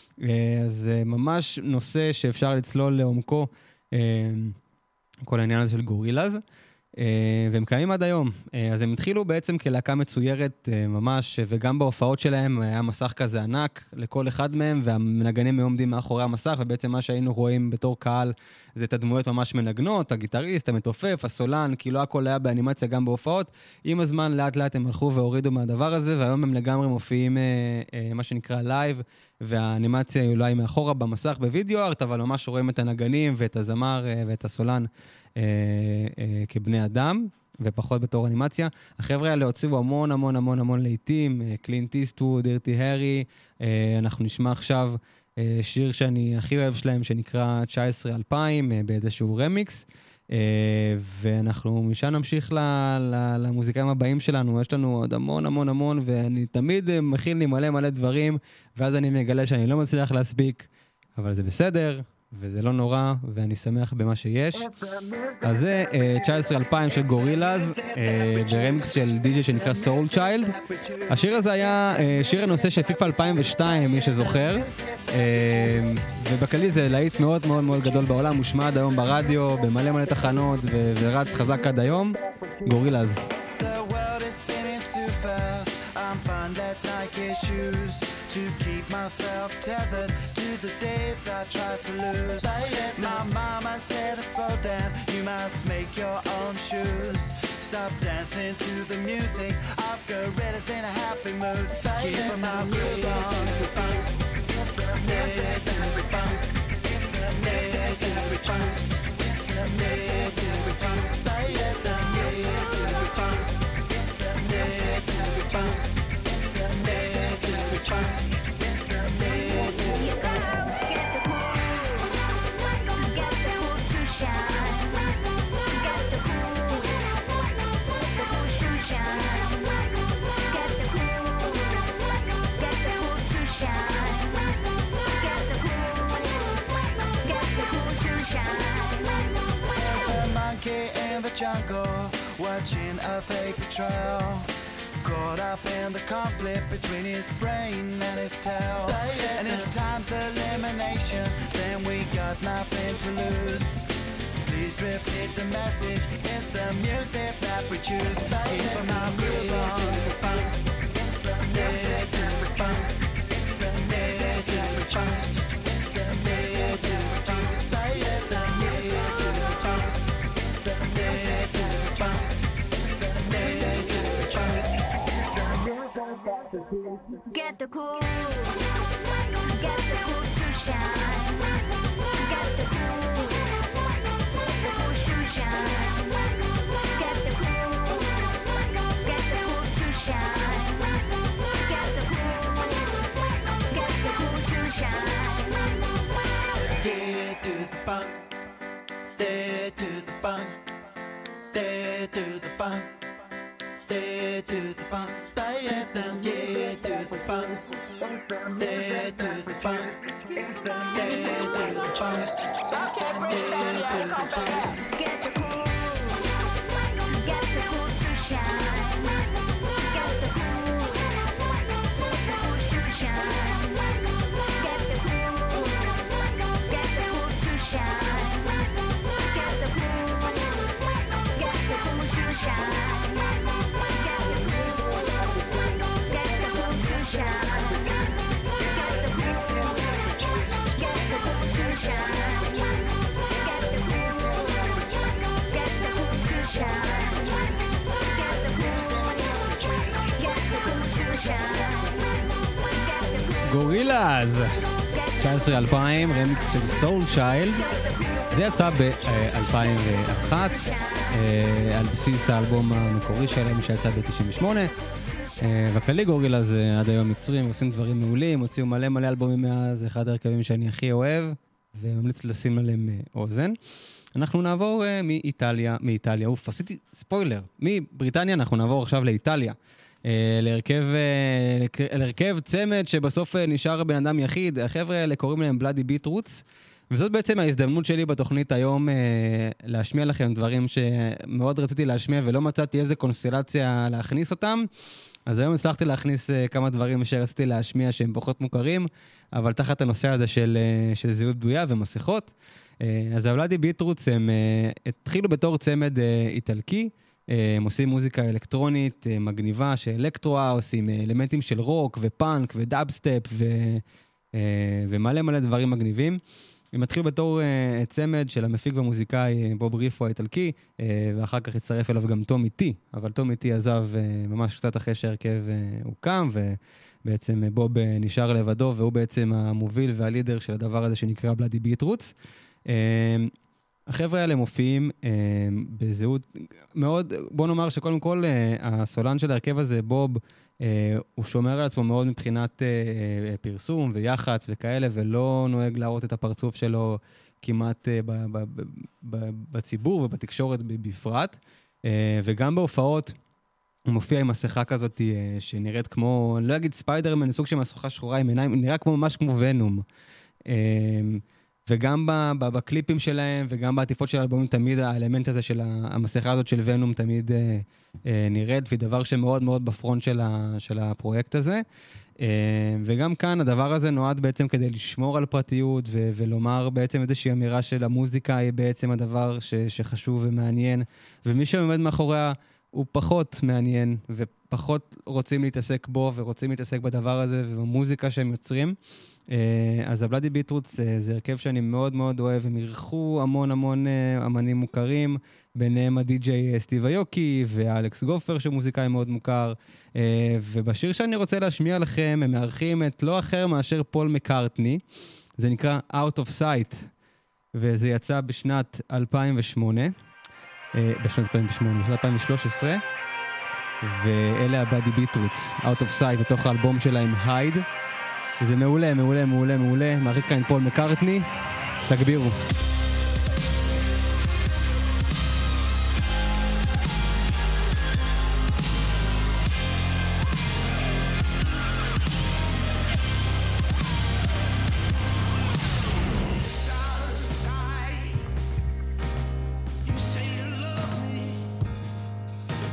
אז ממש נושא שאפשר לצלול לעומקו, כל העניין הזה של גורילאז. והם קיימים עד היום. אז הם התחילו בעצם כלהקה מצוירת ממש, וגם בהופעות שלהם היה מסך כזה ענק לכל אחד מהם, והמנגנים היו עומדים מאחורי המסך, ובעצם מה שהיינו רואים בתור קהל זה את הדמויות ממש מנגנות, הגיטריסט, המתופף, הסולן, כי לא הכל היה באנימציה גם בהופעות. עם הזמן לאט לאט הם הלכו והורידו מהדבר הזה, והיום הם לגמרי מופיעים מה שנקרא לייב, והאנימציה היא אולי מאחורה במסך בווידאו ארט, אבל ממש רואים את הנגנים ואת הזמר ואת הסולן אה, אה, כבני אדם, ופחות בתור אנימציה. החבר'ה האלה הוציאו המון המון המון המון לעיתים, קלינט איסטווד, דירטי הרי, אה, אנחנו נשמע עכשיו אה, שיר שאני הכי אוהב שלהם, שנקרא תשע עשרה אלפיים, אה, באיזשהו רמיקס, אה, ואנחנו משם נמשיך ל, ל, למוזיקאים הבאים שלנו. יש לנו עוד המון המון המון, ואני תמיד מכין לי מלא מלא דברים, ואז אני מגלה שאני לא מצליח להספיק, אבל זה בסדר, וזה לא נורא, ואני שמח במה שיש. אז זה תשע עשרה אלפיים של גורילאז, ברמיקס של די-ג'יי שנקרא סול צ'יילד. השיר הזה היה שיר הנושא של פיפה אלפיים ושתיים, מי שזוכר. ובכללי זה להיט מאוד מאוד מאוד גדול בעולם, מושמע עד היום ברדיו, במלא מלא תחנות, ורץ חזק עד היום. גורילאז. To keep myself tethered to the days I tried to lose. My mama said to slow down, you must make your own shoes. Stop dancing to the music of gorillas in a happy mood. Keep my groove on. watching a paper trail, caught up in the conflict between his brain and his tail. And if time's elimination, then we got nothing to lose. Please repeat the message, it's the music that we choose. Keep 'em out, move on. Yeah, do the fun. Yeah, do the fun. Yeah, do the fun. It's the music to the fun. Yeah, do the fun. Yeah, do the fun. Get the cool, get the cool to shine. Get the cool, the cool to shine. Get the cool, get the cool to shine. Get the cool, get the cool to shine. Yeah, do the fun. Yeah, do the fun. Yeah, do the fun. Yeah, do the fun. Yes, them, yeah, do the fun. Yeah, do the fun. Yeah, do the fun. Yeah, do the fun. Get the cool, get the cool to shine. Get the cool, the cool to shine. Get the cool, get the cool to shine. Get the cool, get the cool to shine. Get the cool, get the cool to shine. Get the cool, get the cool to shine. Get the cool, get the cool to shine. Get the cool, get the cool to shine. גורילאז, תשע עשרה אלפיים, רמיקס של סול צ'יילד. זה יצא ב-אלפיים ואחת, על בסיס האלבום המקורי שלהם שיצא ב-תשעים ושמונה. וכללי גורילאז עד היום מצרים, עושים דברים מעולים, הוציאו מלא מלא אלבומים מאז, זה אחד הרכבים שאני הכי אוהב, וממליץ לשים עליהם אוזן. אנחנו נעבור מאיטליה, מאיטליה, אוף, עשיתי ספוילר, מבריטניה אנחנו נעבור עכשיו לאיטליה. להרכב, להרכב צמד שבסוף נשאר בן אדם יחיד. החבר'ה האלה קוראים להם בלאדי ביטרוטס, וזאת בעצם ההזדמנות שלי בתוכנית היום להשמיע לכם דברים שמאוד רציתי להשמיע ולא מצאתי איזה קונסטלציה להכניס אותם. אז היום הצלחתי להכניס כמה דברים שרציתי להשמיע שהם פחות מוכרים, אבל תחת הנושא הזה של, של זהות בדויה ומסכות. אז הבלאדי ביטרוטס הם התחילו בתור צמד איטלקי, הם עושים מוזיקה אלקטרונית מגניבה של אלקטרו-האוס עם אלמנטים של רוק ופאנק ודאבסטפ ו... ומלא מלא דברים מגניבים. הם התחילו בתור צמד של המפיק והמוזיקאי בוב ריפו האיטלקי, ואחר כך הצטרף אליו גם טומי טי, אבל טומי טי עזב ממש קצת אחרי שהרכב הוקם, ובעצם בוב נשאר לבדו, והוא בעצם המוביל והלידר של הדבר הזה שנקרא בלאדי ביטרוטס. החבר'ה האלה מופיעים אה, בזהות מאוד, בוא נאמר שקודם כל אה, הסולן של הרכב הזה, בוב, אה, הוא שומר על עצמו מאוד מבחינת אה, פרסום ויחץ וכאלה, ולא נוהג להראות את הפרצוף שלו כמעט אה, ב, ב, ב, ב, בציבור ובתקשורת בפרט. אה, וגם בהופעות הוא מופיע עם מסכה כזאת אה, שנראית כמו, אני לא אגיד ספיידרמן, סוג של מסכה שחורה עם עיניים, נראה כמו ממש כמו ונום. אה, וגם בקליפים שלהם, וגם בעטיפות של האלבומים, תמיד האלמנט הזה של המסכה הזאת של ונום תמיד אה, אה, נרד, ודבר שמאוד מאוד בפרונט של, ה, של הפרויקט הזה. אה, וגם כאן הדבר הזה נועד בעצם כדי לשמור על פרטיות, ו, ולומר בעצם איזושהי אמירה של המוזיקה היא בעצם הדבר ש, שחשוב ומעניין, ומי שעומד מאחוריה הוא פחות מעניין, ופחות רוצים להתעסק בו, ורוצים להתעסק בדבר הזה, ובמוזיקה שהם יוצרים. אז הבלאדי ביטרוטס זה הרכב שאני מאוד מאוד אוהב, הם ערכו המון המון אמנים מוכרים, ביניהם הדי-ג'יי סטיב איוקי ואלכס גופר שמוזיקאי מאוד מוכר, ובשיר שאני רוצה להשמיע לכם הם מארחים את לא אחר מאשר פול מקארטני, זה נקרא Out of Sight, וזה יצא בשנת אלפיים ושמונה, בשנת אלפיים ושמונה, בשנת אלפיים ושלוש עשרה, ואלה הבלאדי ביטרוטס, Out of Sight, בתוך האלבום שלהם Hide. זה מעולה, מעולה, מעולה, מעולה. מעריך כאן פול מקארטני. תגבירו.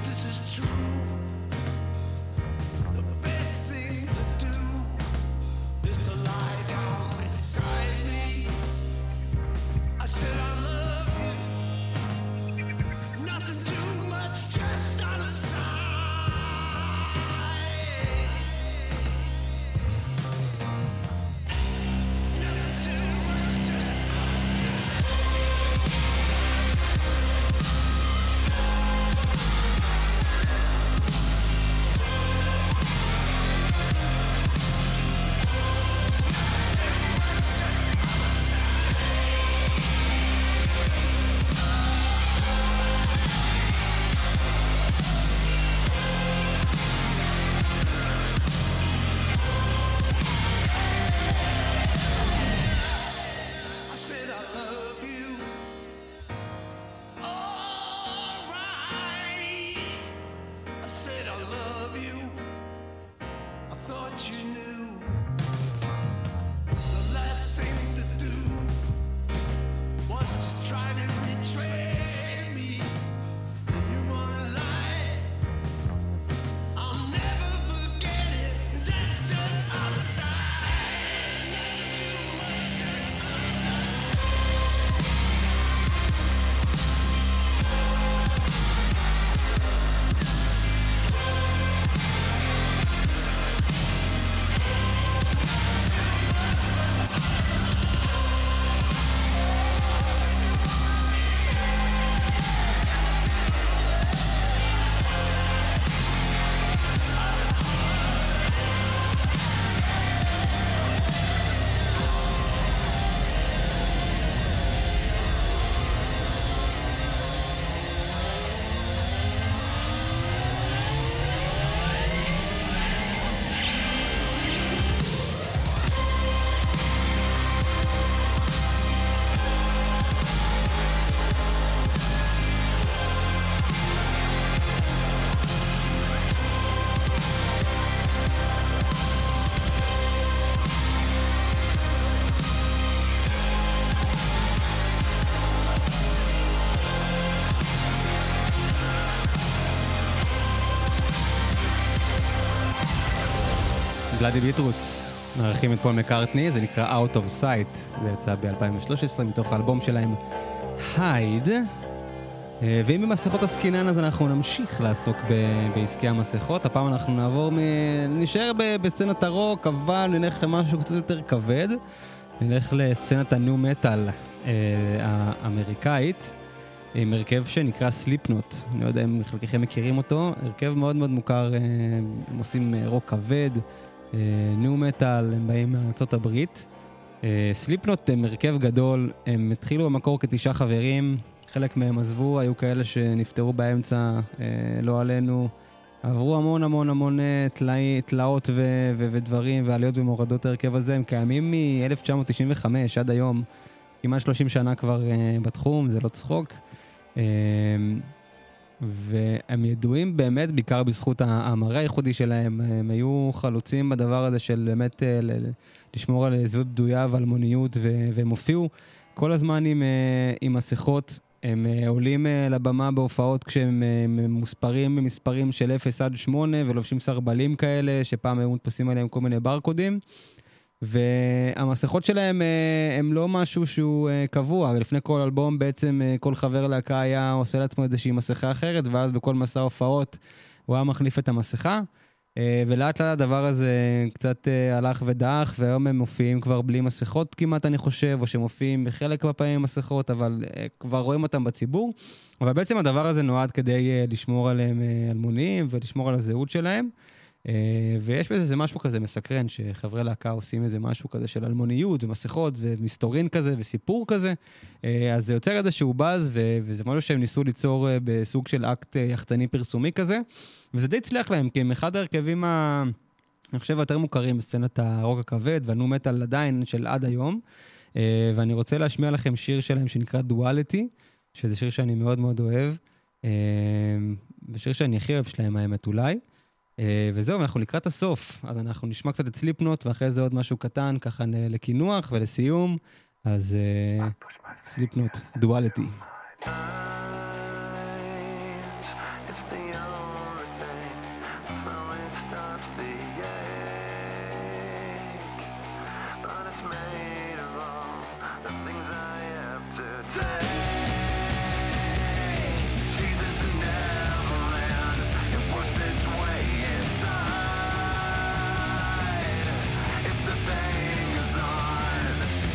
this is true, the best thing to do is to lie down beside me. I said I love you, nothing too much, just on the side. Nothing too much, just on the side. I said I love you. All right. I said I love you. I thought you knew. The last thing to do was to try to betray me. And you wanna lie. I'll never forget it. That's just out of sight. Nothing too much, just out of sight. ולאדי ביטרוס מארחים את פול מקארטני, זה נקרא Out of Sight, זה יצא ב-אלפיים ושלוש עשרה מתוך האלבום שלהם Hide. ואם במסכות הסקינן אז אנחנו נמשיך לעסוק ב- בעסקי המסכות. הפעם אנחנו נעבור, מ... נשאר ב- בסצנת הרוק, אבל נלך למשהו קצת יותר כבד. נלך לסצנת הניו מטל אה, האמריקאית, עם הרכב שנקרא סליפנוט. אני לא יודע אם חלקכם מכירים אותו, הרכב מאוד מאוד מוכר, אה, הם עושים רוק כבד, אה, ניו מטל, הם באים מארצות הברית. אה, סליפנוט הם הרכב גדול, הם התחילו במקור כתשעה חברים, חלק מהם עזבו, היו כאלה שנפטרו באמצע, אה, לא עלינו, עברו המון המון המון תלאי, תלאות ו- ו- ודברים ועליות ומורדות הרכב הזה. הם קיימים מ-אלף תשע מאות תשעים וחמש עד היום, כמעט שלושים שנה כבר uh, בתחום, זה לא צחוק. Uh, והם ידועים באמת בעיקר בזכות המראה הייחודי שלהם. הם היו חלוצים בדבר הזה של באמת uh, ל- לשמור על זהות בדויה ואלמוניות, ו- והם הופיעו כל הזמן עם, uh, עם מסכות. הם uh, עולים uh, לבמה בהופעות כשהם uh, מוספרים במספרים של אפס עד שמונה ולובשים סרבלים כאלה שפעם היו מודפסים עליהם כל מיני ברקודים, והמסכות שלהם uh, הם לא משהו שהוא uh, קבוע. לפני כל אלבום בעצם uh, כל חבר להקה היה עושה לעצמו איזושהי מסכה אחרת, ואז בכל מסע הופעות הוא היה מחליף את המסכה, uh, ולאט לאט הדבר הזה קצת uh, הלך ודח, והיום הם מופיעים כבר בלי מסכות כמעט אני חושב, או שמופיעים בחלק בפעמים מסכות, אבל uh, כבר רואים אותם בציבור. אבל בעצם הדבר הזה נועד כדי uh, לשמור עליהם uh, אלמוניים ולשמור על הזהות שלהם. Uh, ויש בזה משהו כזה מסקרן, שחברי להקה עושים איזה משהו כזה של אלמוניות ומסכות ומסתורין כזה וסיפור כזה, uh, אז זה יוצר איזשהו באז, ו- וזה משהו שהם ניסו ליצור uh, בסוג של אקט uh, יחצני פרסומי כזה, וזה די הצליח להם, כי הם אחד ההרכבים ה... אני חושב יותר מוכרים בסצנת הרוק הכבד והניו מטל עדיין של עד היום, uh, ואני רוצה להשמיע לכם שיר שלהם שנקרא Duality, שזה שיר שאני מאוד מאוד אוהב, uh, ושיר שאני הכי אוהב שלהם האמת אולי. Uh, וזהו, אנחנו לקראת הסוף, אז אנחנו נשמע קצת את סליפנוט, ואחרי זה עוד משהו קטן, ככה לכינוח ולסיום, אז סליפנוט, דואליטי. It's the the ache, but it's made of all the things I have to take. Jesus who never lands, it works its way inside. If the pain goes on,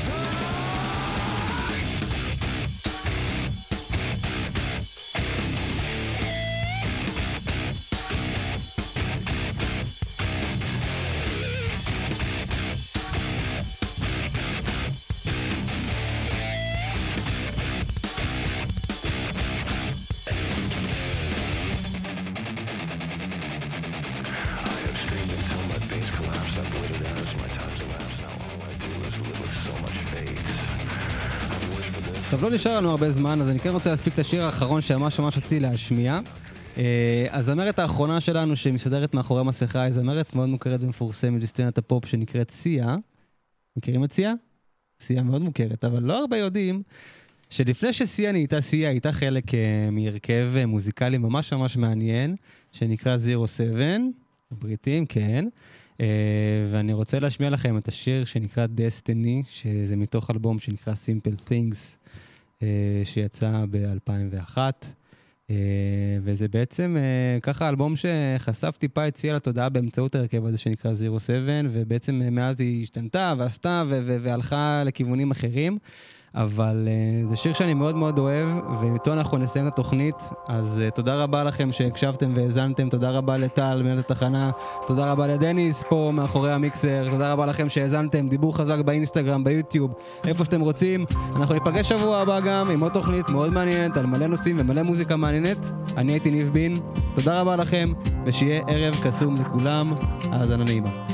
טוב, לא נשאר לנו הרבה זמן, אז אני כן רוצה להספיק את השיר האחרון שממש ממש רציתי להשמיע. אה, הזמרת האחרונה שלנו שמסתדרת מאחורי מסכה היא זמרת מאוד מוכרת ומפורסמת בסצנת הפופ שנקראת סיה. מכירים את סיה? סיה מאוד מוכרת, אבל לא הרבה יודעים שלפני שסיה נהייתה סיה, הייתה חלק אה, מהרכב אה, מוזיקלי ממש ממש מעניין, שנקרא זירו סבן, הבריטים, כן. Uh, ואני רוצה להשמיע לכם את השיר שנקרא Destiny, שזה מתוך אלבום שנקרא Simple Things, uh, שיצא ב-אלפיים ואחת, uh, וזה בעצם uh, ככה אלבום שחשף טיפה את סיה לתודעה באמצעות הרכב הזה שנקרא זירו סבן, ובעצם uh, מאז היא השתנתה ועשתה ו- ו- והלכה לכיוונים אחרים, אבל uh, זה שיר שאני מאוד מאוד אוהב, ואיתו אנחנו נסיים את התוכנית. אז uh, תודה רבה לכם שהקשבתם והזנתם, תודה רבה לטל מנהלת התחנה, תודה רבה לדניס פה מאחורי המיקסר, תודה רבה לכם שהזנתם. דיבור חזק באינסטגרם, ביוטיוב, איפה שאתם רוצים. אנחנו ניפגש שבוע הבא גם עם עוד תוכנית מאוד מעניינת על מלא נושאים ומלא מוזיקה מעניינת. אני הייתי ניב בין, תודה רבה לכם, ושיהיה ערב קסום לכולם. האזנה נעימה.